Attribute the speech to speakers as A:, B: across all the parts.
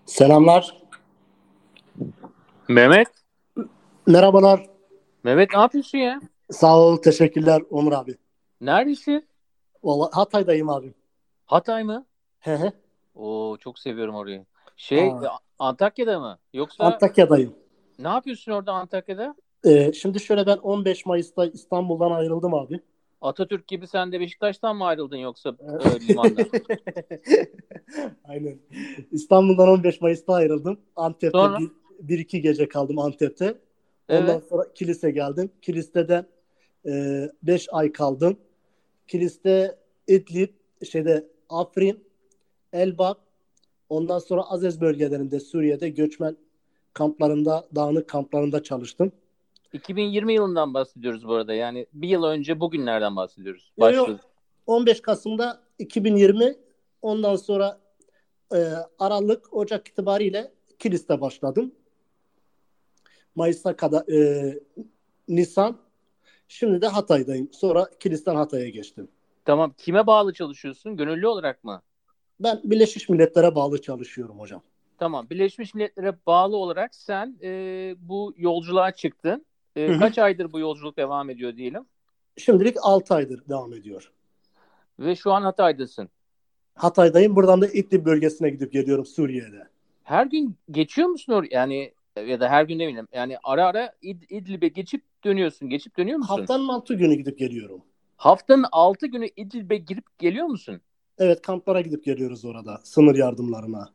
A: Selamlar.
B: Mehmet,
A: Merhabalar.
B: Mehmet ne yapıyorsun ya?
A: Sağ ol. Teşekkürler Onur abi.
B: Neredesin?
A: Vallahi Hatay'dayım abi.
B: Hatay mı?
A: He he.
B: Oo, çok seviyorum orayı.
A: Aa,
B: Antakya'da mı? Yoksa
A: Antakya'dayım.
B: ne yapıyorsun orada Antakya'da?
A: Şimdi şöyle ben 15 Mayıs'ta İstanbul'dan ayrıldım abi.
B: Atatürk gibi sen de Beşiktaş'tan mı ayrıldın yoksa limandan?
A: Aynen. İstanbul'dan 15 Mayıs'ta ayrıldım. Antep'te
B: Sonra?
A: bir iki gece kaldım Antep'te. Ondan
B: Evet.
A: sonra Kilis'e geldim. Kilis'te 5 ay kaldım. Kilis'te İdlib, Afrin, Elbap, ondan sonra Azez bölgelerinde Suriye'de göçmen kamplarında, dağınık kamplarında çalıştım.
B: 2020 yılından bahsediyoruz bu arada. Yani bir yıl önce bugünlerden bahsediyoruz.
A: Yo yo,
B: Başladı.
A: 15 Kasım'da 2020, ondan sonra Aralık, Ocak itibariyle Kilis'te başladım. Mayıs'a kadar Nisan, şimdi de Hatay'dayım. Sonra Kilis'ten Hatay'a geçtim.
B: Tamam. Kime bağlı çalışıyorsun? Gönüllü olarak mı?
A: Ben Birleşmiş Milletler'e bağlı çalışıyorum hocam.
B: Tamam. Birleşmiş Milletler'e bağlı olarak sen bu yolculuğa çıktın.
A: Hı hı.
B: Kaç aydır bu yolculuk devam ediyor diyelim?
A: Şimdilik 6 aydır devam ediyor.
B: Ve şu an Hatay'dasın.
A: Hatay'dayım. Buradan da İdlib bölgesine gidip geliyorum, Suriye'de.
B: Her gün geçiyor musun oraya? Yani ya da her gün demeyeyim. Yani ara ara İdlib'e geçip dönüyorsun. Geçip dönüyor musun?
A: Haftanın 6 günü gidip geliyorum.
B: Haftanın 6 günü İdlib'e girip geliyor musun?
A: Evet, kamplara gidip geliyoruz orada. Sınır yardımlarına.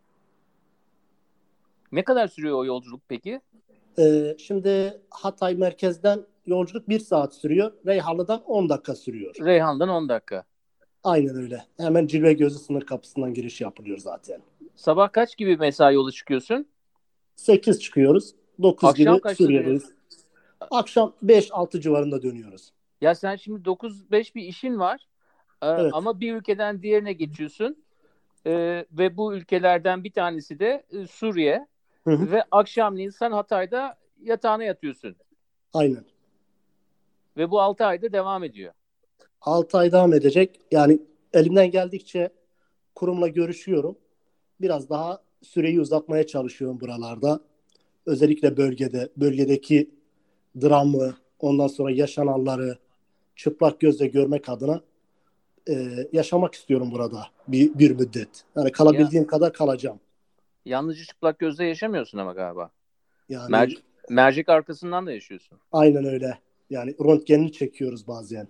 B: Ne kadar sürüyor o yolculuk peki?
A: Şimdi Hatay merkezden yolculuk 1 saat sürüyor. Reyhanlı'dan 10 dakika sürüyor.
B: Reyhan'dan 10 dakika.
A: Aynen öyle. Hemen Cilvegözü sınır kapısından giriş yapılıyor zaten.
B: Sabah kaç gibi mesai yolu çıkıyorsun?
A: 8 çıkıyoruz. 9
B: Akşam
A: gibi
B: kaçta
A: Suriye'deyiz.
B: dönüyorsun?
A: Akşam 5-6 civarında dönüyoruz.
B: Ya sen şimdi 9-5 bir işin var.
A: Evet.
B: Ama bir ülkeden diğerine geçiyorsun. Ve bu ülkelerden bir tanesi de Suriye.
A: Hı hı.
B: Ve akşamleyin sen Hatay'da yatağına yatıyorsun.
A: Aynen.
B: Ve bu 6 ayda devam ediyor.
A: 6 ay devam edecek. Yani elimden geldikçe kurumla görüşüyorum. Biraz daha süreyi uzatmaya çalışıyorum buralarda. Özellikle bölgedeki dramı, ondan sonra yaşananları çıplak gözle görmek adına yaşamak istiyorum burada bir müddet. Yani
B: Ya
A: kalabildiğim kadar kalacağım.
B: yalnızca çıplak gözle yaşamıyorsun ama galiba.
A: Yani
B: Mercek arkasından da yaşıyorsun.
A: aynen öyle. Yani röntgenini çekiyoruz bazen.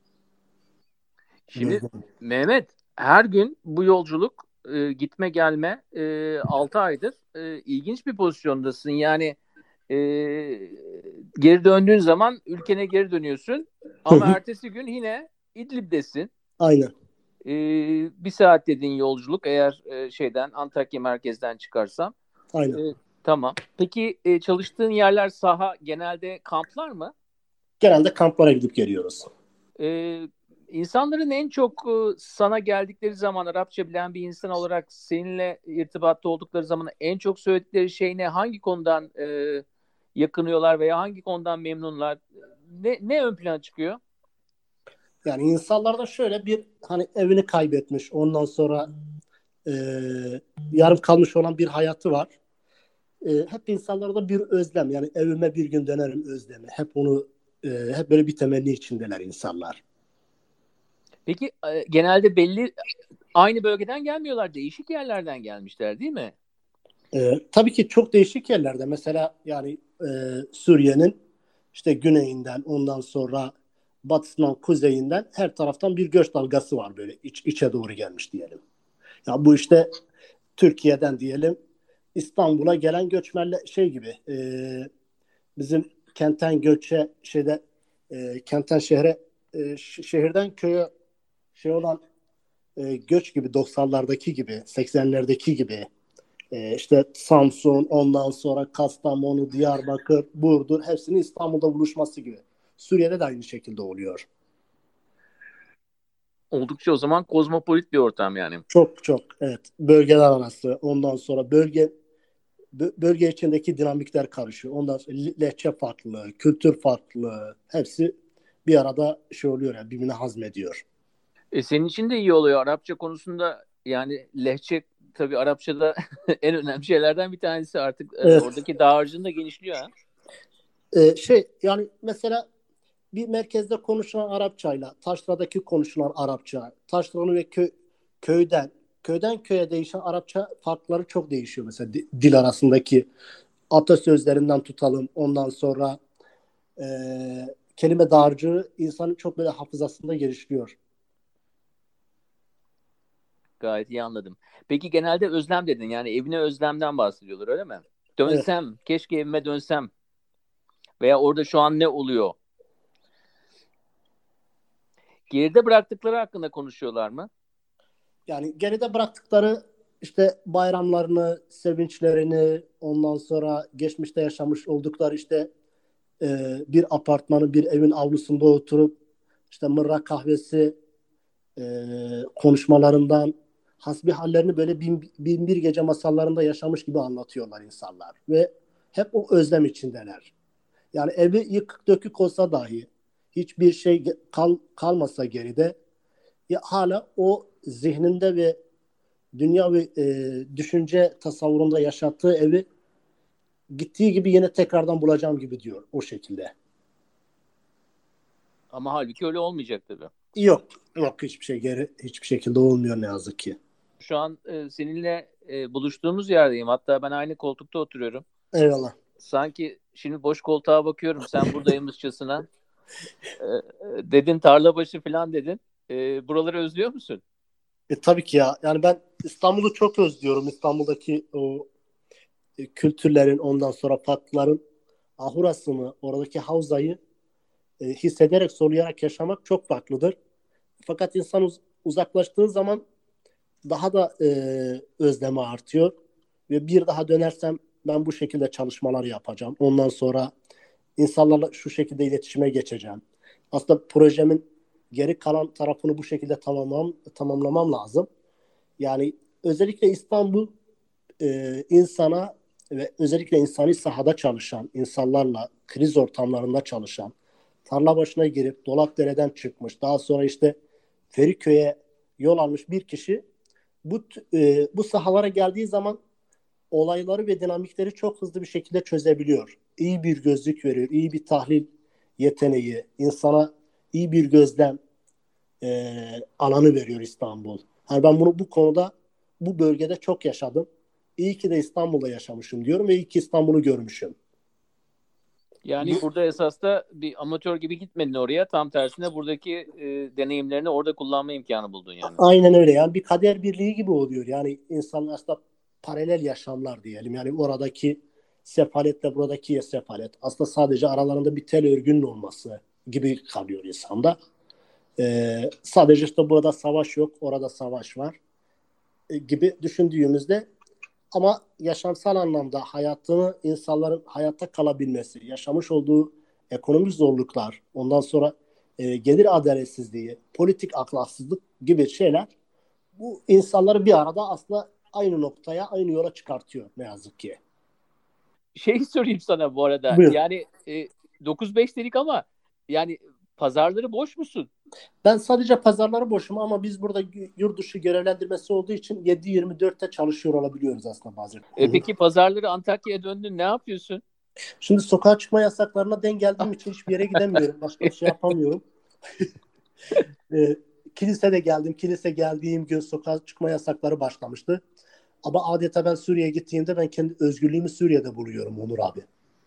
B: Şimdi
A: Gözden.
B: Mehmet her gün bu yolculuk gitme gelme 6 aydır ilginç bir pozisyondasın. Yani e, geri döndüğün zaman ülkene geri dönüyorsun ama ertesi gün yine İdlib'desin.
A: Aynen.
B: E, Bir saat dediğin yolculuk eğer şeyden Antakya merkezden çıkarsam. E,
A: Aynen.
B: tamam. Peki çalıştığın yerler saha genelde kamplar mı?
A: Genelde kamplara gidip geliyoruz.
B: Ee, insanların en çok sana geldikleri zaman Arapça bilen bir insan olarak seninle irtibatta oldukları zaman en çok söyledikleri şey ne? Hangi konudan yakınıyorlar veya hangi konudan memnunlar? Ne ön plana çıkıyor?
A: Yani insanlarda şöyle bir, hani evini kaybetmiş, ondan sonra e, yarım kalmış olan bir hayatı var. Hep insanlarda bir özlem, yani evime bir gün dönerim özlemi. Hep böyle bir temenni içindeler insanlar.
B: Peki genelde belli aynı bölgeden gelmiyorlar. Değişik yerlerden gelmişler değil mi?
A: Tabii ki çok değişik yerlerde. Mesela yani Suriye'nin işte güneyinden, ondan sonra batısından, kuzeyinden, her taraftan bir göç dalgası var, böyle içe doğru gelmiş diyelim. Ya bu işte Türkiye'den diyelim İstanbul'a gelen göçmenler şey gibi, bizim kentten göçe kentten şehre, şehirden köye olan göç gibi, 90'lardaki gibi, 80'lerdeki gibi, işte Samsun, ondan sonra Kastamonu, Diyarbakır, Burdur, hepsinin İstanbul'da buluşması gibi. Suriye'de de aynı şekilde oluyor.
B: Oldukça o zaman kozmopolit bir ortam yani.
A: Çok çok, evet, bölgeler arası, ondan sonra bölge içindeki dinamikler karışıyor. Ondan sonra lehçe farklı, kültür farklı, hepsi bir arada şey oluyor, yani birbirini hazmediyor.
B: Senin için de iyi oluyor Arapça konusunda yani lehçe tabii Arapçada en önemli şeylerden bir tanesi artık.
A: Evet.
B: Oradaki dağarcığın da genişliyor ha.
A: Yani mesela bir merkezde konuşulan Arapçayla taşradaki konuşulan Arapça, taşranı ve köyden köyden köye değişen Arapça farkları çok değişiyor. Mesela dil arasındaki atasözlerinden tutalım. Ondan sonra e, kelime dağarcığı insanın çok böyle hafızasında gelişiyor.
B: Gayet iyi anladım. Peki genelde özlem dedin. Yani evine özlemden bahsediyorlar öyle mi?
A: Evet.
B: Dönsem, keşke evime dönsem. Veya orada şu an ne oluyor? Geride bıraktıkları hakkında konuşuyorlar mı?
A: Yani geride bıraktıkları işte bayramlarını, sevinçlerini, ondan sonra geçmişte yaşamış oldukları işte bir apartmanın, bir evin avlusunda oturup işte mırra kahvesi konuşmalarından hasbihallerini böyle bin bir gece masallarında yaşamış gibi anlatıyorlar insanlar. Ve hep o özlem içindeler. Yani evi yıkık dökük olsa dahi hiçbir şey kalmasa geride ya hala o zihninde ve dünya ve düşünce tasavvurunda yaşattığı evi gittiği gibi yine tekrardan bulacağım gibi diyor o şekilde.
B: Ama halbuki öyle olmayacak tabii.
A: Yok, yok hiçbir şey geri hiçbir şekilde olmuyor ne yazık ki.
B: Şu an seninle buluştuğumuz yerdeyim. Hatta ben aynı koltukta oturuyorum.
A: Eyvallah.
B: Sanki şimdi boş koltuğa bakıyorum. Sen buradaymışçasına. Dedin tarlabaşı falan dedin. Buraları özlüyor musun?
A: Tabii ki ya. Yani ben İstanbul'u çok özlüyorum. İstanbul'daki o kültürlerin ondan sonra farklıların ahurasını, oradaki havzayı hissederek, soluyarak yaşamak çok farklıdır. Fakat insan uzaklaştığı zaman daha da özlemi artıyor. Ve bir daha dönersem ben bu şekilde çalışmalar yapacağım. Ondan sonra insanlarla şu şekilde iletişime geçeceğim. Aslında projemin geri kalan tarafını bu şekilde tamamlamam lazım. Yani özellikle İstanbul insana ve özellikle insani sahada çalışan insanlarla kriz ortamlarında çalışan tarla başına girip Dolapdere'den çıkmış daha sonra işte Feriköy'e yol almış bir kişi bu sahalara geldiği zaman olayları ve dinamikleri çok hızlı bir şekilde çözebiliyor. İyi bir gözlük veriyor, iyi bir tahlil yeteneği, insana iyi bir gözlem alanı veriyor İstanbul. Yani ben bunu bu konuda bu bölgede çok yaşadım. İyi ki de İstanbul'da yaşamışım diyorum ve iyi ki İstanbul'u görmüşüm.
B: Yani burada esas da bir amatör gibi gitmedin oraya. Tam tersine buradaki deneyimlerini orada kullanma imkanı buldun yani.
A: Aynen öyle. Yani bir kader birliği gibi oluyor. Yani insan aslında paralel yaşamlar diyelim. Yani oradaki sefaletle buradaki sefalet. Aslında sadece aralarında bir tel örgünün olması gibi kalıyor insanda. Sadece işte burada savaş yok, orada savaş var gibi düşündüğümüzde ama yaşamsal anlamda hayatını insanların hayatta kalabilmesi, yaşamış olduğu ekonomik zorluklar, ondan sonra gelir adaletsizliği, politik ahlaksızlık gibi şeyler bu insanları bir arada aslında aynı noktaya, aynı yola çıkartıyor ne yazık ki.
B: Şey sorayım sana bu arada.
A: Buyur.
B: Yani 9-5 dedik ama yani pazarları boş musun?
A: Ben sadece pazarları boşum ama biz burada yurt dışı görevlendirmesi olduğu için 7-24'te çalışıyor olabiliyoruz aslında bazen.
B: Peki pazarları Antakya'ya döndün ne yapıyorsun?
A: Şimdi sokağa çıkma yasaklarına denk geldiğim için hiçbir yere gidemiyorum. Başka bir şey yapamıyorum. Kilisede geldim. Kilise geldiğim gün sokağa çıkma yasakları başlamıştı. Ama adeta ben Suriye'ye gittiğimde ben kendi özgürlüğümü Suriye'de buluyorum Onur abi.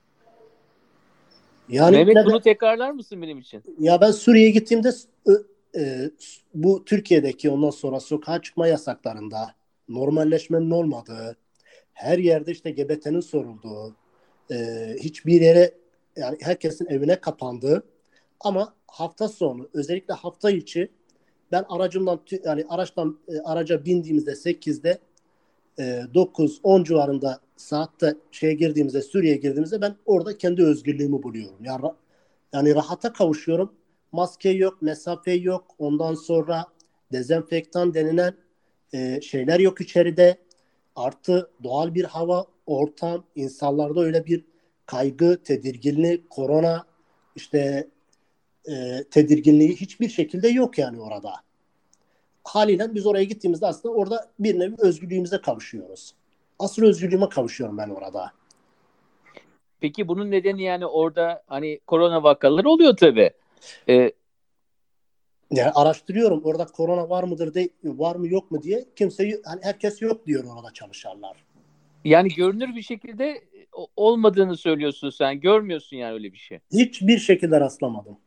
A: Yani
B: Mehmet
A: neden?
B: bunu tekrarlar mısın benim için?
A: Ya ben Suriye'ye gittiğimde bu Türkiye'deki ondan sonra sokağa çıkma yasaklarında normalleşmenin olmadığı, her yerde işte GBT'nin sorulduğu, hiçbir yere yani herkesin evine kapandığı ama hafta sonu özellikle hafta içi ben aracımdan yani araca bindiğimizde 8'de 9-10 civarında saatte Suriye'ye girdiğimizde ben orada kendi özgürlüğümü buluyorum. Yani rahata kavuşuyorum. Maske yok, mesafe yok. Ondan sonra dezenfektan denilen şeyler yok içeride. Artı doğal bir hava, ortam, insanlarda öyle bir kaygı, tedirginlik, korona işte tedirginliği hiçbir şekilde yok yani orada. haliyle biz oraya gittiğimizde aslında orada bir nevi özgürlüğümüze kavuşuyoruz. Asıl özgürlüğüme kavuşuyorum ben orada.
B: Peki bunun nedeni yani orada hani korona vakaları oluyor tabii. Ee,
A: Yani araştırıyorum orada korona var mıdır var mı yok mu diye, kimseyi hani herkes yok diyor orada çalışanlar.
B: Yani görünür bir şekilde olmadığını söylüyorsun sen. Görmüyorsun yani öyle bir şey.
A: Hiçbir şekilde rastlamadım.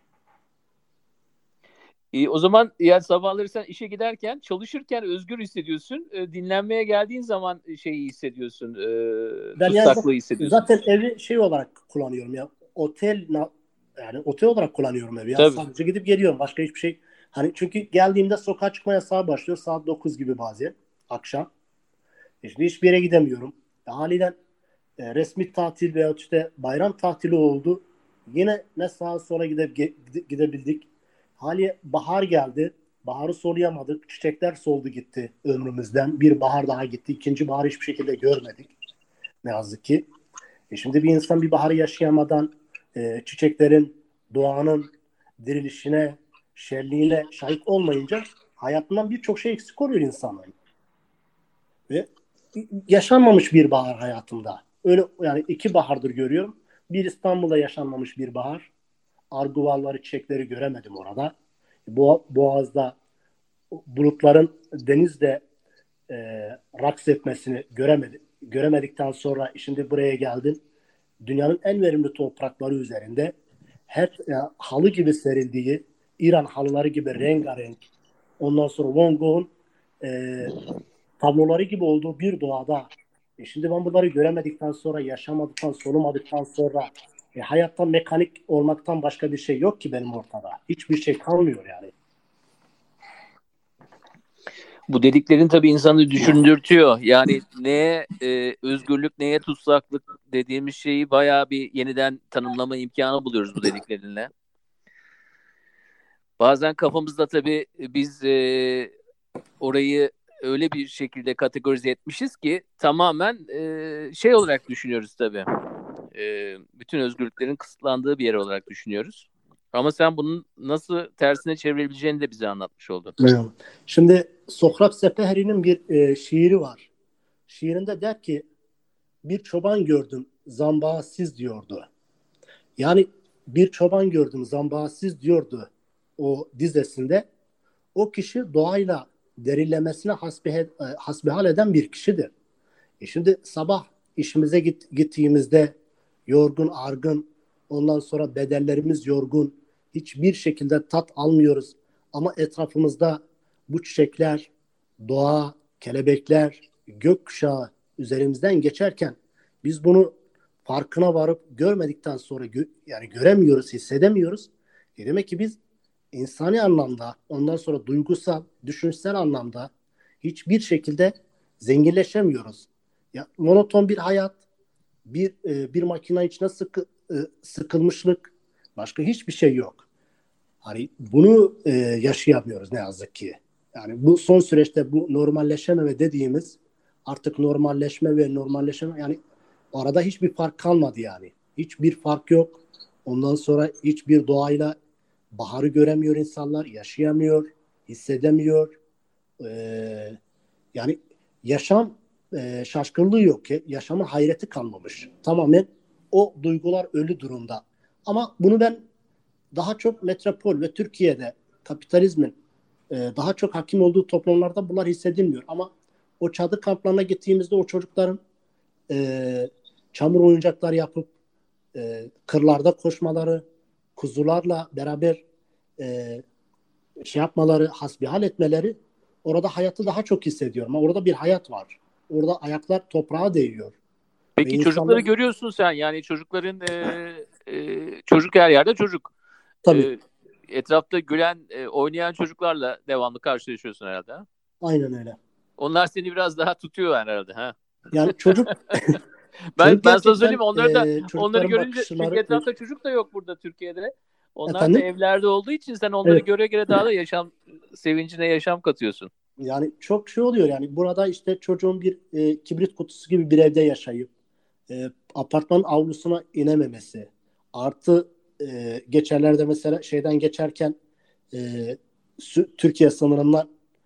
B: O zaman yani sabahları sen işe giderken çalışırken özgür hissediyorsun. Dinlenmeye geldiğin zaman şeyi hissediyorsun.
A: Ben yani
B: Tutsaklığı hissediyorsun.
A: zaten evi şey olarak kullanıyorum ya. Yani otel olarak kullanıyorum evi ya.
B: Tabii.
A: Sadece gidip geliyorum. Başka hiçbir şey. Hani çünkü geldiğimde sokağa çıkma yasağı başlıyor. Saat 9 gibi bazen akşam. İşte hiçbir yere gidemiyorum. Haliyle resmi tatil veya işte bayram tatili oldu. Yine ne sağa sola gidebildik. Hali bahar geldi. Baharı soluyamadık. Çiçekler soldu gitti ömrümüzden. Bir bahar daha gitti. İkinci baharı hiçbir şekilde görmedik. Ne yazık ki. Şimdi bir insan bir baharı yaşayamadan çiçeklerin, doğanın dirilişine, şenliğine şahit olmayınca hayatından birçok şey eksik oluyor insanın. Ve yaşanmamış bir bahar hayatımda. Öyle yani 2 bahardır görüyorum. Bir İstanbul'da yaşanmamış bir bahar. Arguvalları, çiçekleri göremedim orada. Boğaz'da bulutların denizde e, raks etmesini göremedikten sonra şimdi buraya geldim. Dünyanın en verimli toprakları üzerinde halı gibi serildiği, İran halıları gibi rengarenk, ondan sonra Van Gogh'un e, tabloları gibi olduğu bir doğada. Şimdi ben bunları göremedikten sonra, yaşamadıktan, solumadıktan sonra hayatta mekanik olmaktan başka bir şey yok ki benim ortada. Hiçbir şey kalmıyor yani.
B: Bu dediklerin tabii insanı düşündürtüyor. Yani neye özgürlük, neye tutsaklık dediğimiz şeyi bayağı bir yeniden tanımlama imkanı buluyoruz bu dediklerinle. Bazen kafamızda tabii biz orayı öyle bir şekilde kategorize etmişiz ki tamamen şey olarak düşünüyoruz tabii. Bütün özgürlüklerin kısıtlandığı bir yer olarak düşünüyoruz. Ama sen bunun nasıl tersine çevirebileceğini de bize anlatmış oldun.
A: Evet. Şimdi Sokrat Sepehri'nin bir şiiri var. Şiirinde der ki bir çoban gördüm zambağasız diyordu. Yani bir çoban gördüm zambağasız diyordu o dizesinde. O kişi doğayla derinlemesine hasbihal eden bir kişidir. Şimdi sabah işimize gittiğimizde yorgun, argın, ondan sonra bedenlerimiz yorgun, hiçbir şekilde tat almıyoruz. Ama etrafımızda bu çiçekler, doğa, kelebekler, gökkuşağı üzerimizden geçerken biz bunu farkına varıp görmedikten sonra yani göremiyoruz, hissedemiyoruz. Demek ki biz insani anlamda, ondan sonra duygusal, düşünsel anlamda hiçbir şekilde zenginleşemiyoruz. Ya monoton bir hayat, bir makine içine sıkılmışlık, başka hiçbir şey yok. Hani bunu yaşayamıyoruz ne yazık ki. Yani bu son süreçte bu normalleşememe dediğimiz artık normalleşme ve normalleşme yani arada hiçbir fark kalmadı yani. Hiçbir fark yok. Ondan sonra hiçbir doğayla baharı göremiyor insanlar, yaşayamıyor, hissedemiyor. Yani yaşam şaşkınlığı yok ki. Yaşamın hayreti kalmamış. Tamamen o duygular ölü durumda. Ama bunu ben daha çok metropol ve Türkiye'de kapitalizmin daha çok hakim olduğu toplumlarda bunlar hissedilmiyor. Ama o çadır kamplarına gittiğimizde o çocukların e, çamur oyuncaklar yapıp kırlarda koşmaları, kuzularla beraber e, şey yapmaları, hasbihal etmeleri orada hayatı daha çok hissediyorum. Orada bir hayat var. Orada ayaklar toprağa değiyor. Ve
B: Peki çocukları
A: insanlar
B: görüyorsun sen yani çocukların çocuk her yerde çocuk.
A: tabii
B: E, Etrafta gülen, oynayan çocuklarla devamlı karşılaşıyorsun herhalde. Ha?
A: aynen öyle.
B: Onlar seni biraz daha tutuyor herhalde. Ha?
A: Yani çocuk
B: Ben
A: çocuk
B: ben sana söyleyeyim
A: gerçekten
B: onları
A: çocukların
B: görünce çünkü
A: bakışları
B: etrafta çocuk da yok burada Türkiye'de. Onlar da
A: efendim
B: evlerde olduğu için sen onları
A: evet
B: göre göre daha da yaşam sevincine yaşam katıyorsun.
A: yani çok şey oluyor yani burada işte çocuğun bir kibrit kutusu gibi bir evde yaşayıp apartmanın avlusuna inememesi artı geçerlerde mesela şeyden geçerken e, Türkiye sınırından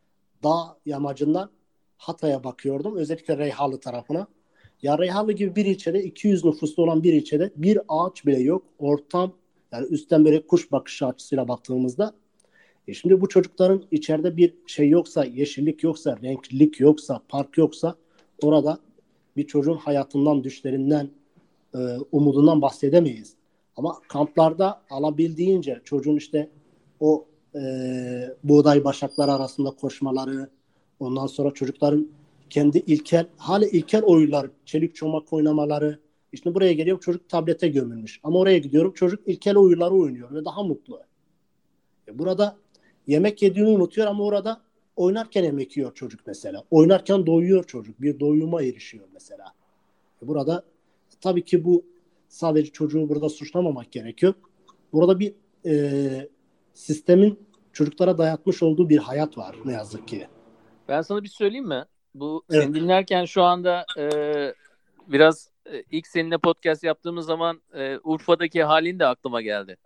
A: dağ yamacından Hatay'a bakıyordum. Özellikle Reyhanlı tarafına. Ya Reyhanlı gibi bir ilçede 200 nüfuslu olan bir ilçede bir ağaç bile yok. Ortam yani üstten böyle kuş bakışı açısıyla baktığımızda şimdi bu çocukların içeride bir şey yoksa, yeşillik yoksa, renklilik yoksa, park yoksa orada bir çocuğun hayatından, düşlerinden, umudundan bahsedemeyiz. Ama kamplarda alabildiğince çocuğun işte o buğday başakları arasında koşmaları, ondan sonra çocukların kendi ilkel oyunlar, çelik çomak oynamaları. İşte buraya geliyorum çocuk tablete gömülmüş. Ama oraya gidiyorum çocuk ilkel oyunları oynuyor ve daha mutlu. Burada yemek yediğini unutuyor ama orada oynarken yemek yiyor çocuk mesela. Oynarken doyuyor çocuk. Bir doyuma erişiyor mesela. Burada tabii ki bu sadece çocuğu burada suçlamamak gerekiyor. Burada bir sistemin çocuklara dayatmış olduğu bir hayat var ne yazık ki.
B: Ben sana bir söyleyeyim mi? Bu
A: Evet.
B: seni dinlerken şu anda biraz ilk seninle podcast yaptığımız zaman Urfa'daki halin de aklıma geldi.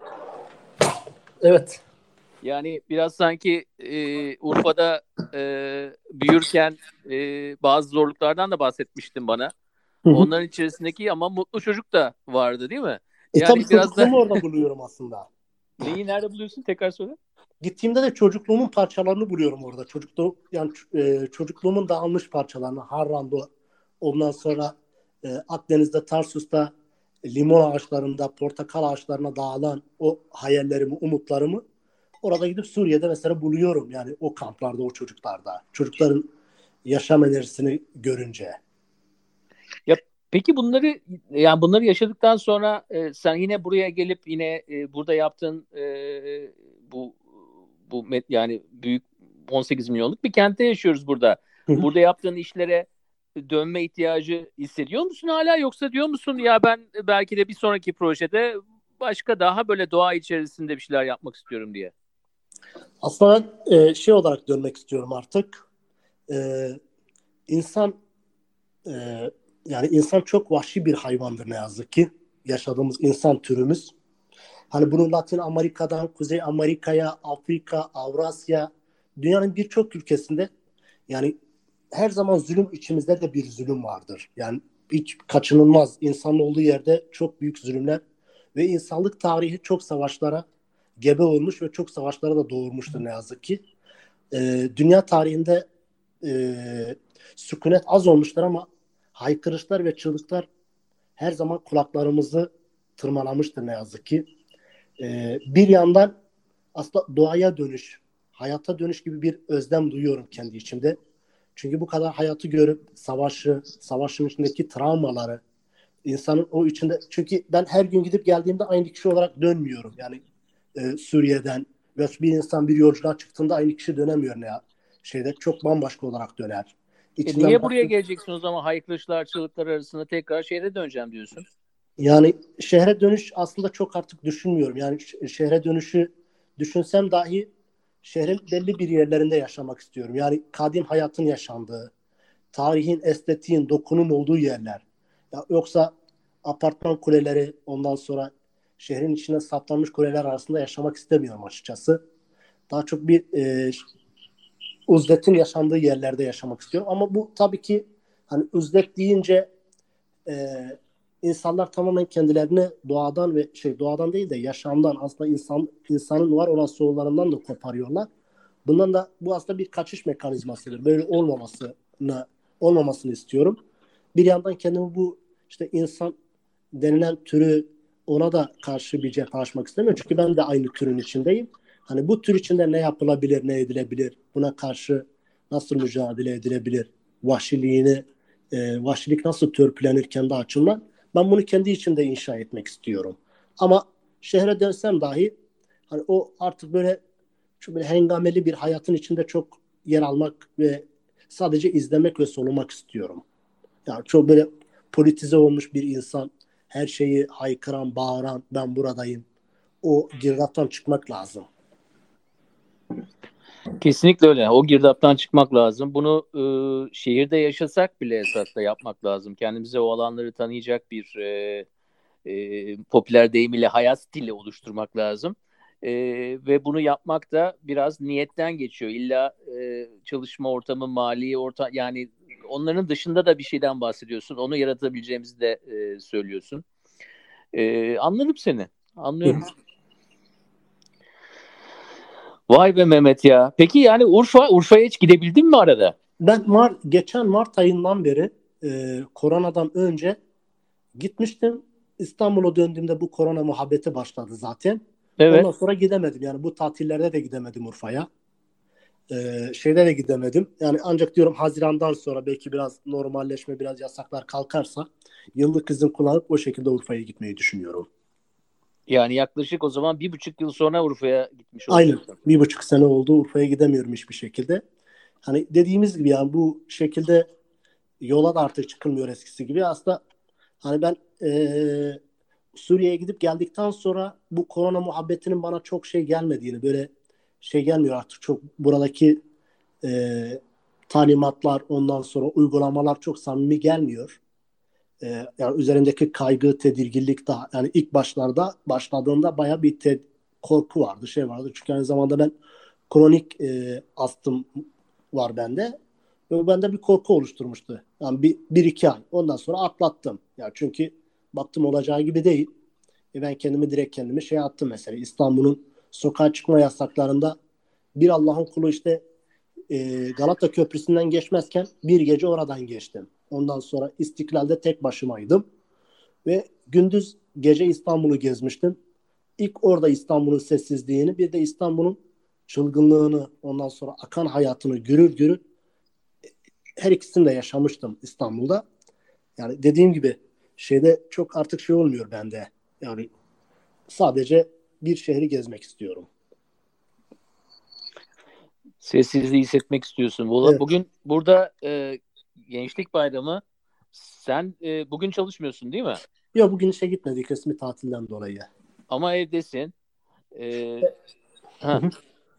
A: Evet.
B: Yani biraz sanki Urfa'da büyürken bazı zorluklardan da bahsetmiştin bana.
A: Hı hı.
B: Onların içerisindeki ama mutlu çocuk da vardı değil mi?
A: Yani
B: Yani biraz da
A: çocukluğumu orada buluyorum aslında.
B: neyi nerede buluyorsun? Tekrar söyle.
A: Gittiğimde de çocukluğumun parçalarını buluyorum orada. Çocukluğumun dağılmış parçalarını. Harran'da, ondan sonra Akdeniz'de, Tarsus'ta limon ağaçlarında, portakal ağaçlarına dağılan o hayallerimi, umutlarımı orada gidip Suriye'de mesela buluyorum. Yani o kamplarda, o çocuklarda. Çocukların yaşam enerjisini görünce.
B: Ya peki bunları yaşadıktan sonra sen yine buraya gelip yine burada yaptığın bu yani büyük 18 milyonluk bir kentte yaşıyoruz burada.
A: Hı hı.
B: Burada yaptığın işlere dönme ihtiyacı hissediyor musun hala, yoksa diyor musun ya ben belki de bir sonraki projede başka daha böyle doğa içerisinde bir şeyler yapmak istiyorum diye.
A: Aslında ben şey olarak dönmek istiyorum artık. E, insan e, yani insan çok vahşi bir hayvandır ne yazık ki. Yaşadığımız insan türümüz. Hani bunu Latin Amerika'dan Kuzey Amerika'ya, Afrika, Avrasya, dünyanın birçok ülkesinde yani her zaman zulüm içimizde de bir zulüm vardır. Yani hiç kaçınılmaz. İnsanın olduğu yerde çok büyük zulümler ve insanlık tarihi çok savaşlara gebe olmuş ve çok savaşlara da doğurmuştur ne yazık ki. Dünya tarihinde e, sükunet az olmuştur ama haykırışlar ve çığlıklar her zaman kulaklarımızı tırmalamıştır ne yazık ki. Bir yandan aslında doğaya dönüş, hayata dönüş gibi bir özlem duyuyorum kendi içimde. Çünkü bu kadar hayatı görüp savaşın içindeki travmaları, insanın o içinde... Çünkü ben her gün gidip geldiğimde aynı kişi olarak dönmüyorum. Yani Suriye'den ve bir insan bir yolculuğa çıktığında aynı kişi dönemiyor ne ya. Çok bambaşka olarak döner.
B: Niye buraya geleceksin o zaman, haykırışlar, çığlıklar arasında tekrar şehre döneceğim diyorsun?
A: Yani şehre dönüş aslında çok artık düşünmüyorum. Yani şehre dönüşü düşünsem dahi şehrin belli bir yerlerinde yaşamak istiyorum. Yani kadim hayatın yaşandığı, tarihin, estetiğin, dokunun olduğu yerler. Ya yoksa apartman kuleleri, ondan sonra şehrin içine saplanmış kuleler arasında yaşamak istemiyorum açıkçası. Daha çok bir uzletin yaşandığı yerlerde yaşamak istiyorum. Ama bu tabii ki hani uzlet deyince e, insanlar tamamen kendilerini doğadan ve doğadan değil de yaşamdan, aslında insanın var olan soğularından da koparıyorlar. Bu aslında bir kaçış mekanizmasıdır. Böyle olmamasını istiyorum. Bir yandan kendimi bu insan denilen türü, ona da karşı bir cephe açmak istemiyorum. Çünkü ben de aynı türün içindeyim. Hani bu tür içinde ne yapılabilir, ne edilebilir? Buna karşı nasıl mücadele edilebilir? Vahşilik nasıl törpülenir kendi açımdan? Ben bunu kendi içimde inşa etmek istiyorum. Ama şehre dönsem dahi hani o artık böyle hengameli bir hayatın içinde çok yer almak ve sadece izlemek ve solumak istiyorum. Yani çok böyle politize olmuş bir insan, her şeyi haykıran, bağıran, ben buradayım. O girdaptan çıkmak lazım.
B: Kesinlikle öyle. O girdaptan çıkmak lazım. Bunu şehirde yaşasak bile esas da yapmak lazım. Kendimize o alanları tanıyacak bir popüler deyimiyle hayat stili oluşturmak lazım. Ve bunu yapmak da biraz niyetten geçiyor. İlla çalışma ortamı, mali ortam, yani onların dışında da bir şeyden bahsediyorsun. Onu yaratabileceğimizi de söylüyorsun. Anladım seni. Anlıyorum. Vay be Mehmet ya. Peki yani Urfa'ya hiç gidebildin mi arada?
A: Ben geçen Mart ayından beri koronadan önce gitmiştim. İstanbul'a döndüğümde bu korona muhabbeti başladı zaten. Ondan
B: Evet.
A: sonra gidemedim. Yani bu tatillerde de gidemedim Urfa'ya. Şeyde de gidemedim. Yani ancak diyorum Haziran'dan sonra belki biraz normalleşme, biraz yasaklar kalkarsa yıllık izin kullanıp o şekilde Urfa'ya gitmeyi düşünüyorum.
B: Yani yaklaşık o zaman 1,5 yıl sonra Urfa'ya gitmiş
A: Aynen.
B: olacaksın.
A: 1,5 sene oldu Urfa'ya gidemiyorum hiçbir şekilde. Hani dediğimiz gibi yani bu şekilde yola da artık çıkılmıyor eskisi gibi. Aslında hani ben Suriye'ye gidip geldikten sonra bu korona muhabbetinin bana çok şey gelmediğini, böyle şey gelmiyor artık, çok buradaki e, talimatlar, ondan sonra uygulamalar çok samimi gelmiyor. Yani üzerindeki kaygı, tedirginlik daha, yani ilk başlarda başladığında baya bir korku vardı, şey vardı. Çünkü aynı zamanda ben kronik astım var bende. Ve bu bende bir korku oluşturmuştu. Yani bir iki ay. Ondan sonra atlattım. Yani çünkü baktım olacağı gibi değil. Ben kendimi şey attım mesela. İstanbul'un sokağa çıkma yasaklarında bir Allah'ın kulu işte Galata Köprüsü'nden geçmezken bir gece oradan geçtim. Ondan sonra İstiklal'de tek başımaydım. Ve gündüz gece İstanbul'u gezmiştim. İlk orada İstanbul'un sessizliğini, bir de İstanbul'un çılgınlığını, ondan sonra akan hayatını görür görür her ikisini de yaşamıştım İstanbul'da. Yani dediğim gibi şeyde çok artık şey olmuyor bende. Yani sadece bir şehri gezmek istiyorum.
B: Sessizliği hissetmek istiyorsun.
A: Evet.
B: Bugün burada Gençlik Bayramı. Sen bugün çalışmıyorsun değil mi?
A: Yok, bugün işe gitmedik resmi tatilden dolayı.
B: Ama evdesin. E,
A: Hı
B: ha,
A: hı.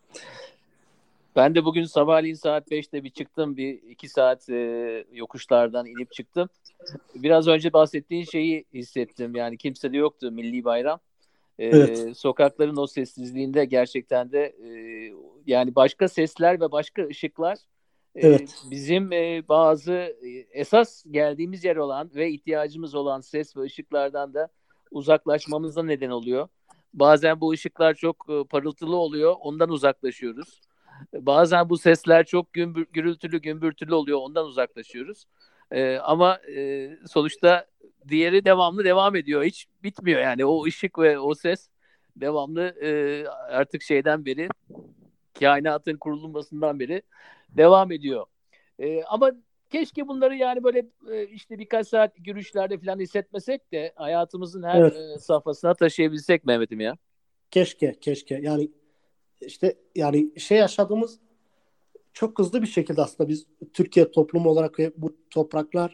B: Ben de bugün sabahleyin saat 5'te bir çıktım. Bir 2 saat yokuşlardan inip çıktım. Biraz önce bahsettiğin şeyi hissettim. Yani kimse de yoktu, milli bayram.
A: Evet.
B: Sokakların o sessizliğinde gerçekten de yani başka sesler ve başka ışıklar
A: Evet.
B: bizim bazı esas geldiğimiz yer olan ve ihtiyacımız olan ses ve ışıklardan da uzaklaşmamıza neden oluyor. Bazen bu ışıklar çok parıltılı oluyor, ondan uzaklaşıyoruz. Bazen bu sesler çok gürültülü, gümbürtülü oluyor, ondan uzaklaşıyoruz. Ama sonuçta diğeri devamlı devam ediyor. Hiç bitmiyor yani. O ışık ve o ses devamlı artık şeyden beri, kainatın kurulmasından beri devam ediyor. Ama keşke bunları yani böyle işte birkaç saat yürüyüşlerde falan hissetmesek de hayatımızın her
A: Evet.
B: safhasına taşıyabilsek Mehmet'im ya.
A: Keşke, keşke. Yani işte yani şey yaşadığımız çok hızlı bir şekilde aslında biz Türkiye toplumu olarak ve bu topraklar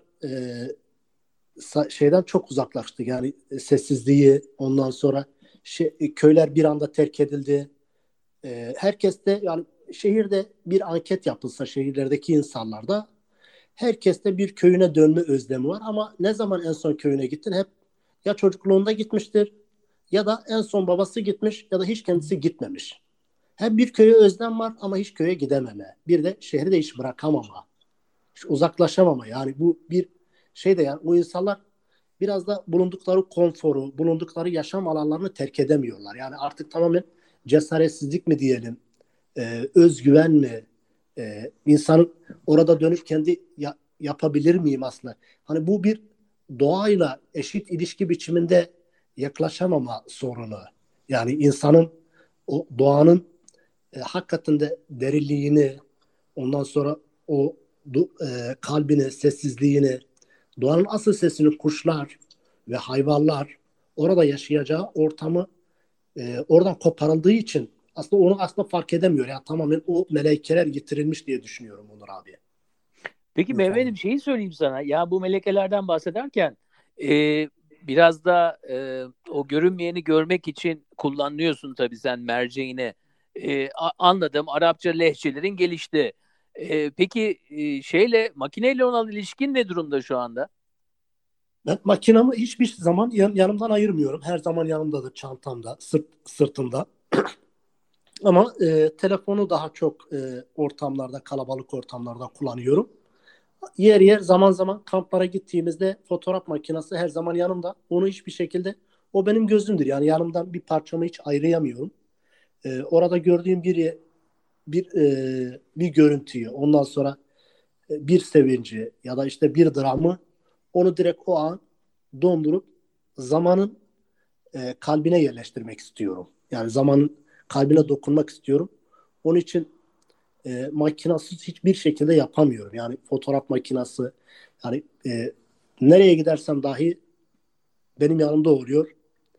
A: şeyden çok uzaklaştık. Yani sessizliği, ondan sonra köyler bir anda terk edildi. Herkes de yani şehirde bir anket yapılsa şehirlerdeki insanlarda herkeste bir köyüne dönme özlemi var ama ne zaman en son köyüne gittin? Hep ya çocukluğunda gitmiştir ya da en son babası gitmiş ya da hiç kendisi gitmemiş. Hem bir köye özlem var ama hiç köye gidememe. Bir de şehri de hiç bırakamama. Hiç uzaklaşamama. Yani bu bir şey de, yani o insanlar biraz da bulundukları konforu, bulundukları yaşam alanlarını terk edemiyorlar. Yani artık tamamen cesaretsizlik mi diyelim, özgüven mi, insanın orada dönüp kendi yapabilir miyim aslında? Hani bu bir doğayla eşit ilişki biçiminde yaklaşamama sorunu. Yani insanın o doğanın hakikaten de derinliğini, ondan sonra o kalbini, sessizliğini, doğanın asıl sesini kuşlar ve hayvanlar orada yaşayacağı ortamı oradan koparıldığı için aslında onu aslında fark edemiyor. Yani tamamen o melekeler getirilmiş diye düşünüyorum Onur abi.
B: Peki
A: İnsanlar.
B: Mehmet'im şeyi söyleyeyim sana. Ya bu melekelerden bahsederken biraz da o görünmeyeni görmek için kullanıyorsun tabii sen merceğini. Anladım. Arapça lehçelerin gelişti. Peki şeyle makineyle olan ilişkin ne durumda şu anda?
A: Ben makinamı hiçbir zaman yanımdan ayırmıyorum. Her zaman yanımdadır, çantamda, sırtımda. Ama telefonu daha çok ortamlarda, kalabalık ortamlarda kullanıyorum. Yer yer zaman zaman kamplara gittiğimizde fotoğraf makinesi her zaman yanımda. Onu hiçbir şekilde, o benim gözümdür. Yani yanımdan bir parçamı hiç ayırayamıyorum. Orada gördüğüm bir görüntüyü, ondan sonra bir sevinci ya da işte bir dramı, onu direkt o an dondurup zamanın kalbine yerleştirmek istiyorum. Yani zamanın kalbine dokunmak istiyorum. Onun için makinasız hiçbir şekilde yapamıyorum. Yani fotoğraf makinası, yani nereye gidersem dahi benim yanımda oluyor.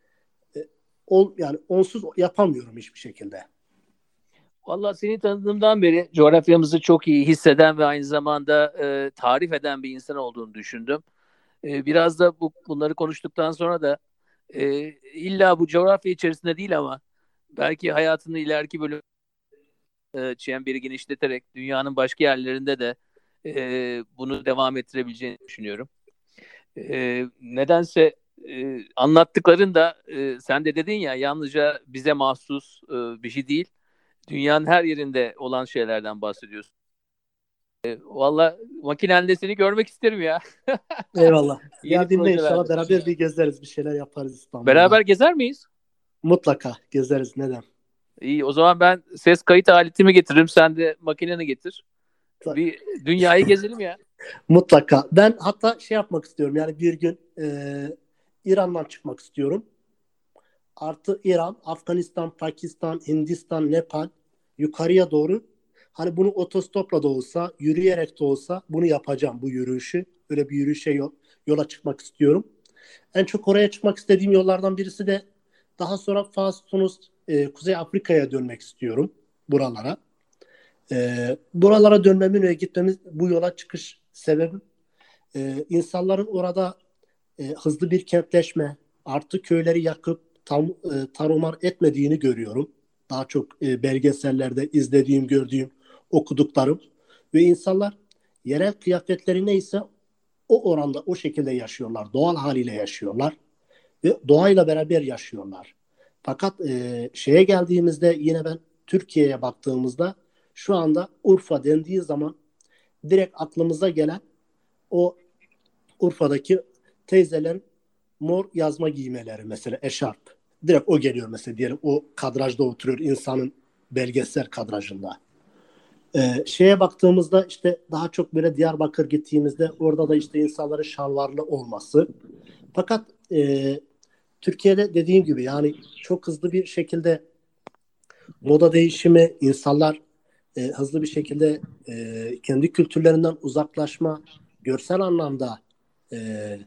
A: Yani onsuz yapamıyorum hiçbir şekilde.
B: Vallahi seni tanıdığımdan beri coğrafyamızı çok iyi hisseden ve aynı zamanda tarif eden bir insan olduğunu düşündüm. Biraz da bunları konuştuktan sonra da illa bu coğrafya içerisinde değil ama belki hayatının ileriki bölüm çemberi genişleterek dünyanın başka yerlerinde de bunu devam ettirebileceğini düşünüyorum. Nedense anlattıkların da sen de dedin ya, yalnızca bize mahsus bir şey değil. Dünyanın her yerinde olan şeylerden bahsediyorsun. Valla makinende seni görmek isterim ya.
A: Eyvallah.
B: Yeni
A: Geldiğimde
B: projelerde.
A: inşallah beraber bir gezeriz, bir şeyler yaparız İstanbul'da.
B: Beraber gezer miyiz?
A: Mutlaka gezeriz, neden?
B: İyi, o zaman ben ses kayıt aletimi getiririm. Sen de makineni getir. Bir dünyayı gezelim ya.
A: Mutlaka. Ben hatta şey yapmak istiyorum. Yani bir gün İran'dan çıkmak istiyorum. Artı İran, Afganistan, Pakistan, Hindistan, Nepal, yukarıya doğru. Hani bunu otostopla da olsa, yürüyerek de olsa bunu yapacağım, bu yürüyüşü. Böyle bir yürüyüşe yola çıkmak istiyorum. En çok oraya çıkmak istediğim yollardan birisi de daha sonra Fas, Tunus, Kuzey Afrika'ya dönmek istiyorum, buralara. Buralara dönmemin ve gitmemiz, bu yola çıkış sebebim insanların orada hızlı bir kentleşme, artık köyleri yakıp tarumar etmediğini görüyorum. Daha çok belgesellerde izlediğim, gördüğüm, okuduklarım. Ve insanlar yerel kıyafetleri neyse o oranda, o şekilde yaşıyorlar. Doğal haliyle yaşıyorlar. Ve doğayla beraber yaşıyorlar. Fakat şeye geldiğimizde, yine ben Türkiye'ye baktığımızda, şu anda Urfa dendiği zaman direkt aklımıza gelen o Urfa'daki teyzelerin mor yazma giymeleri, mesela eşarp. Direkt o geliyor mesela, diyelim o kadrajda oturuyor insanın, belgesel kadrajında. Şeye baktığımızda işte daha çok böyle Diyarbakır gittiğimizde orada da işte insanların şalvarlı olması. Fakat Türkiye'de dediğim gibi yani çok hızlı bir şekilde moda değişimi, insanlar hızlı bir şekilde kendi kültürlerinden uzaklaşma, görsel anlamda, e,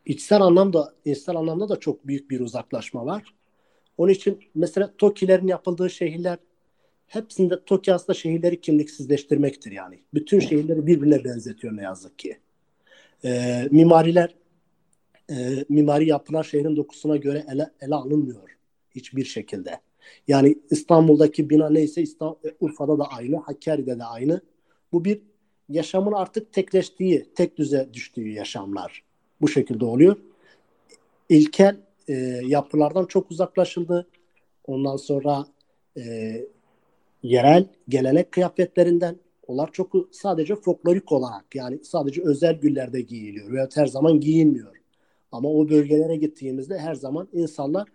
A: içsel anlamda da çok büyük bir uzaklaşma var. Onun için mesela TOKİ'lerin yapıldığı şehirler, hepsinde TOKİ aslında şehirleri kimliksizleştirmektir yani. Bütün şehirleri birbirine benzetiyor ne yazık ki. Mimariler, mimari yapılar şehrin dokusuna göre ele alınmıyor hiçbir şekilde. Yani İstanbul'daki bina neyse Urfa'da da aynı, Hakkari'de de aynı. Bu bir yaşamın artık tekleştiği, tek düze düştüğü yaşamlar. Bu şekilde oluyor. İlkel yapılardan çok uzaklaşıldı. Ondan sonra e, yerel gelenek kıyafetlerinden, onlar çok sadece folklorik olarak, yani sadece özel günlerde giyiliyor veya her zaman giyinmiyor. Ama o bölgelere gittiğimizde her zaman insanlar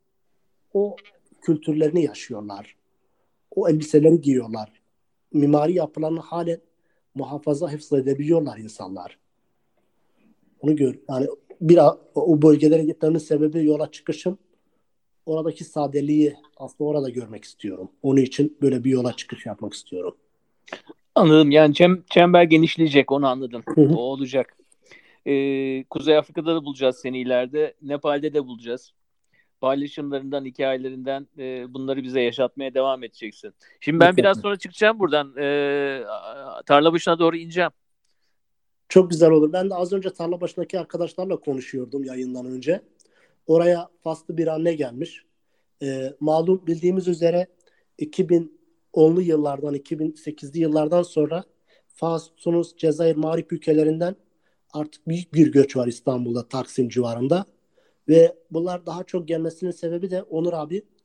A: o kültürlerini yaşıyorlar. O elbiseleri giyiyorlar. Mimari yapılarını halen muhafaza, hıfz edebiliyorlar insanlar. Onu gör. Yani o bölgelere gitmemin sebebi, yola çıkışım oradaki sadeliği aslında orada görmek istiyorum. Onun için böyle bir yola çıkış yapmak istiyorum.
B: Anladım. Yani çember genişleyecek, onu anladım. O olacak. Kuzey Afrika'da da bulacağız seni ileride. Nepal'de de bulacağız. Paylaşımlarından, hikayelerinden bunları bize yaşatmaya devam edeceksin. Şimdi ben biraz
A: Mutlaka.
B: sonra çıkacağım buradan. Tarla başına doğru ineceğim.
A: Çok güzel olur. Ben de az önce tarla başındaki arkadaşlarla konuşuyordum yayından önce. Oraya Faslı bir anne gelmiş. Malum bildiğimiz üzere 2010'lu yıllardan, 2008'li yıllardan sonra Fas, Tunus, Cezayir, Mağrip ülkelerinden artık büyük bir göç var İstanbul'da, Taksim civarında. Ve bunlar daha çok gelmesinin sebebi de Onur abi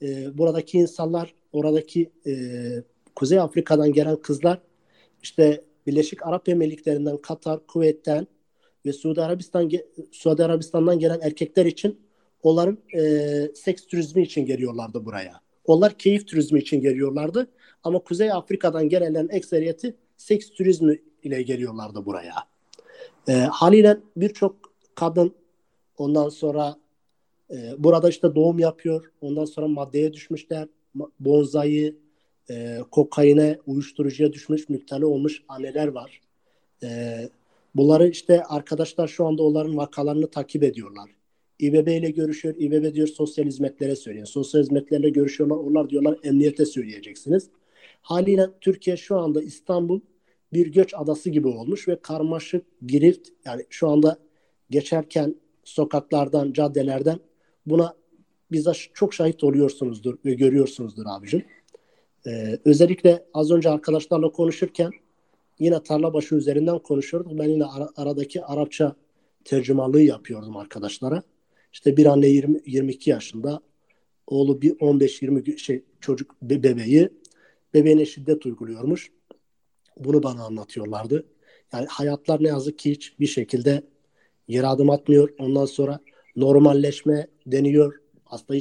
A: buradaki insanlar, oradaki Kuzey Afrika'dan gelen kızlar işte Birleşik Arap Emirlikleri'nden, Katar, Kuveyt'ten ve Suudi Arabistan'dan gelen erkekler için onların seks turizmi için geliyorlardı buraya. Onlar keyif turizmi için geliyorlardı. Ama Kuzey Afrika'dan gelenlerin ekseriyeti seks turizmi ile geliyorlardı buraya. Haliyle birçok kadın ondan sonra burada işte doğum yapıyor. Ondan sonra maddeye düşmüşler. Bonzai, kokaine, uyuşturucuya düşmüş, müptela olmuş anneler var. E, Bunları işte arkadaşlar şu anda onların vakalarını takip ediyorlar. İBB ile görüşüyor. İBB diyor sosyal hizmetlere söyleyin. Sosyal hizmetlerle görüşüyorlar. Onlar diyorlar emniyete söyleyeceksiniz. Haliyle Türkiye şu anda İstanbul bir göç adası gibi olmuş ve karmaşık, girift, yani şu anda geçerken sokaklardan, caddelerden buna bizzat çok şahit oluyorsunuzdur ve görüyorsunuzdur abicim. Özellikle az önce arkadaşlarla konuşurken yine Tarlabaşı üzerinden konuşuyorduk. Ben yine aradaki Arapça tercümanlığı yapıyordum arkadaşlara. İşte bir anne 22 yaşında, oğlu bir 15-20 çocuk bebeğine şiddet uyguluyormuş. Bunu bana anlatıyorlardı. Yani hayatlar ne yazık ki hiçbir şekilde geri adım atmıyor. Ondan sonra normalleşme deniyor. Aslında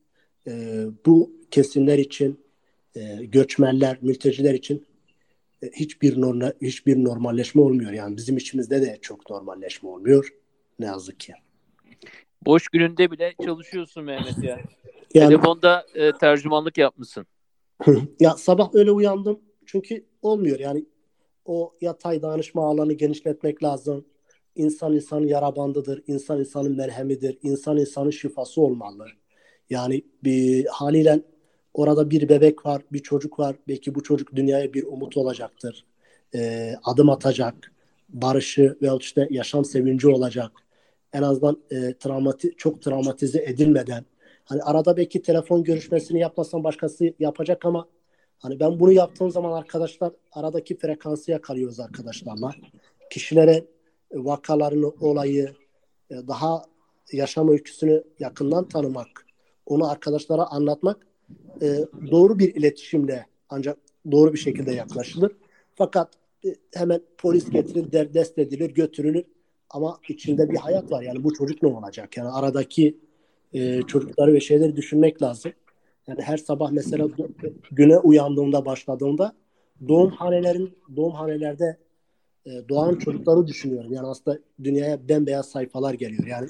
A: bu kesimler için, göçmenler, mülteciler için hiçbir normalleşme olmuyor. Yani bizim içimizde de çok normalleşme olmuyor. Ne yazık ki.
B: Boş gününde bile çalışıyorsun Mehmet ya.
A: Yani
B: Telefonda tercümanlık yapmışsın.
A: ya sabah öyle uyandım. Çünkü olmuyor. Yani o yatay danışma alanı genişletmek lazım. İnsan insanın yara bandıdır. İnsan insanın merhemidir. İnsan insanın şifası olmalı. Yani bir haliyle orada bir bebek var, bir çocuk var. Belki bu çocuk dünyaya bir umut olacaktır. Adım atacak. Barışı veyahut işte yaşam sevinci olacak. En azından çok travmatize edilmeden. Hani arada belki telefon görüşmesini yapmasam başkası yapacak ama hani ben bunu yaptığım zaman arkadaşlar aradaki frekansı yakalıyoruz arkadaşlarla. Kişilere vakalarını, olayı, daha yaşam öyküsünü yakından tanımak, onu arkadaşlara anlatmak doğru bir iletişimle ancak doğru bir şekilde yaklaşılır. Fakat hemen polis getirir, dest edilir, götürülür. Ama içinde bir hayat var. Yani bu çocuk ne olacak? Yani aradaki çocukları ve şeyleri düşünmek lazım. Yani her sabah mesela güne uyandığımda, başladığımda doğumhanelerde doğan çocukları düşünüyorum. Yani aslında dünyaya bembeyaz sayfalar geliyor. Yani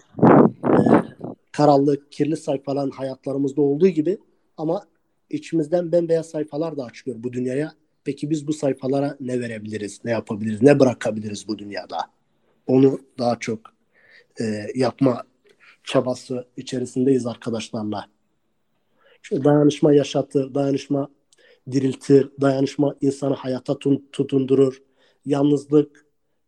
A: karanlık, kirli sayfaların hayatlarımızda olduğu gibi ama içimizden bembeyaz sayfalar da açıyor bu dünyaya. Peki biz bu sayfalara ne verebiliriz, ne yapabiliriz, ne bırakabiliriz bu dünyada? Onu daha çok yapma çabası içerisindeyiz arkadaşlarla. Çünkü dayanışma yaşatır, dayanışma diriltir, dayanışma insanı hayata tutundurur. Yalnızlık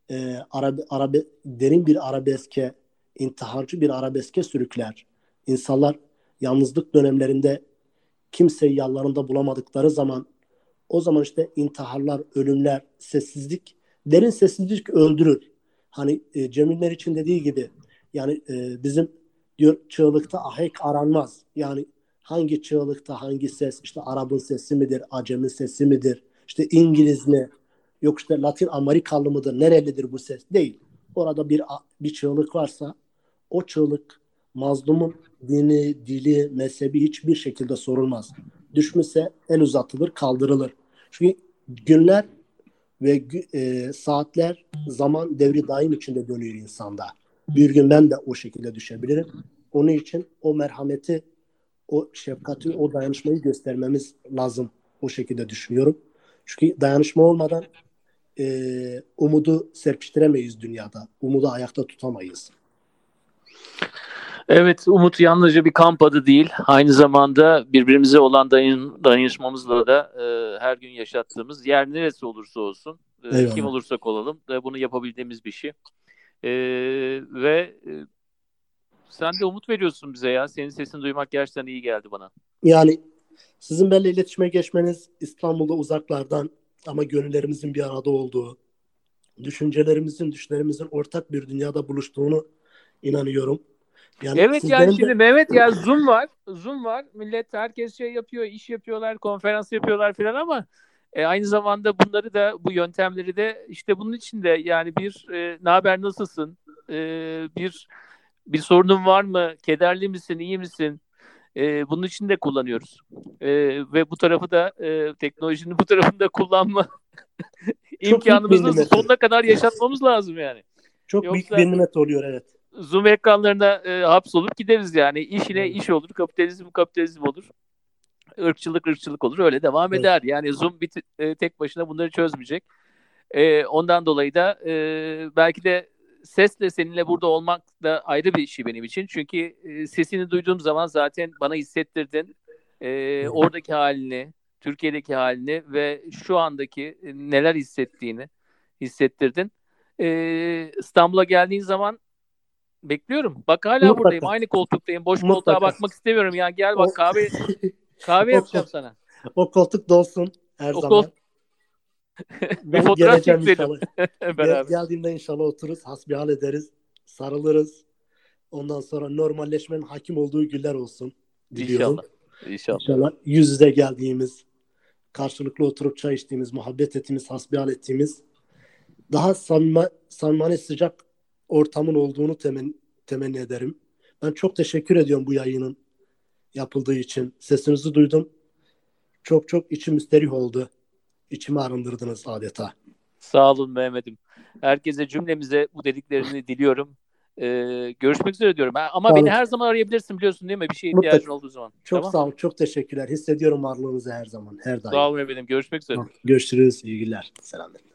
A: derin bir arabeske, intiharcı bir arabeske sürükler. İnsanlar yalnızlık dönemlerinde kimseyi yanlarında bulamadıkları zaman o zaman işte intiharlar, ölümler, sessizlik, derin sessizlik öldürür. Hani Cemiller için dediği gibi yani bizim diyor çığlıkta ahenk aranmaz. Yani hangi çığlıkta hangi ses işte Arap'ın sesi midir, Acem'in sesi midir, işte İngiliz mi, yok işte Latin Amerikalı mıdır, nerelidir bu ses değil. Orada bir çığlık varsa o çığlık mazlumun dini, dili, mezhebi hiçbir şekilde sorulmaz. Düşmüşse el uzatılır, kaldırılır. Çünkü günler ve saatler zaman devri daim içinde dönüyor insanda. Bir gün ben de o şekilde düşebilirim. Onun için o merhameti, o şefkati, o dayanışmayı göstermemiz lazım. O şekilde düşünüyorum. Çünkü dayanışma olmadan umudu serpiştiremeyiz dünyada. Umudu ayakta tutamayız.
B: Evet, umut yalnızca bir kamp adı değil. Aynı zamanda birbirimize olan dayanışmamızla da her gün yaşattığımız yer neresi olursa olsun, kim
A: Eyvallah.
B: olursak olalım bunu yapabildiğimiz bir şey. Ve sen de umut veriyorsun bize ya. Senin sesini duymak gerçekten iyi geldi bana.
A: Yani sizin benimle iletişime geçmeniz İstanbul'da uzaklardan ama gönüllerimizin bir arada olduğu, düşlerimizin ortak bir dünyada buluştuğunu inanıyorum. Yani
B: Evet, yani
A: sizlerin
B: şimdi
A: de
B: Mehmet, ya Zoom var. Zoom var. Millet, herkes şey yapıyor, iş yapıyorlar, konferans yapıyorlar filan ama aynı zamanda bunları da, bu yöntemleri de işte bunun için de, yani bir ne haber, nasılsın? E, bir sorunun var mı? Kederli misin? İyi misin? Bunun için de kullanıyoruz. Ve bu tarafı da, teknolojinin bu tarafını da kullanma
A: çok büyük bir
B: imkanımızı
A: nimet.
B: sonuna kadar yaşatmamız lazım yani.
A: Çok büyük
B: Yoksa
A: bir nimet oluyor, evet.
B: Zoom ekranlarına hapsolup gideriz yani. İşine
A: Evet.
B: iş olur, kapitalizm kapitalizm olur, ırkçılık ırkçılık olur. Öyle devam
A: Evet.
B: eder. Yani Zoom tek başına bunları çözmeyecek. Ondan dolayı da belki de sesle seninle burada olmak da ayrı bir şey benim için. Çünkü sesini duyduğum zaman zaten bana hissettirdin. Oradaki halini, Türkiye'deki halini ve şu andaki neler hissettiğini hissettirdin. İstanbul'a geldiğin zaman bekliyorum. Bak, hala buradayım.
A: Mutlaka.
B: Aynı koltuktayım. Boş koltuğa
A: Mutlaka.
B: bakmak istemiyorum. Ya gel
A: O,
B: bak, kahve
A: o,
B: yapacağım
A: kol-
B: sana.
A: o koltuk dolsun her
B: O kol
A: zaman.
B: bir
A: Ben
B: fotoğraf
A: geleceğim
B: çektirelim
A: inşallah.
B: beraber.
A: Geldiğimde inşallah otururuz, hasbihal ederiz, sarılırız. Ondan sonra normalleşmenin hakim olduğu günler olsun diliyorum.
B: İnşallah. İnşallah.
A: İnşallah yüz yüze geldiğimiz, karşılıklı oturup çay içtiğimiz, muhabbet ettiğimiz, hasbihal ettiğimiz, daha samimi sıcak ortamın olduğunu temenni ederim. Ben çok teşekkür ediyorum bu yayının yapıldığı için. Sesinizi duydum. Çok çok içim müsterih oldu. İçimi arındırdınız adeta.
B: Sağ olun Mehmet'im. Herkese, cümlemize bu dediklerini diliyorum. Görüşmek üzere diyorum. Ama
A: Sağ
B: beni
A: olun.
B: her zaman arayabilirsin, biliyorsun değil mi? Bir şeye ihtiyacın
A: Mutlaka.
B: olduğu zaman.
A: Çok
B: Tamam.
A: sağ olun. Çok teşekkürler. Hissediyorum varlığınızı her zaman. Her daim.
B: Sağ olun Mehmet'im. Görüşmek üzere.
A: Tamam. Görüşürüz. İyi günler. Selamlar.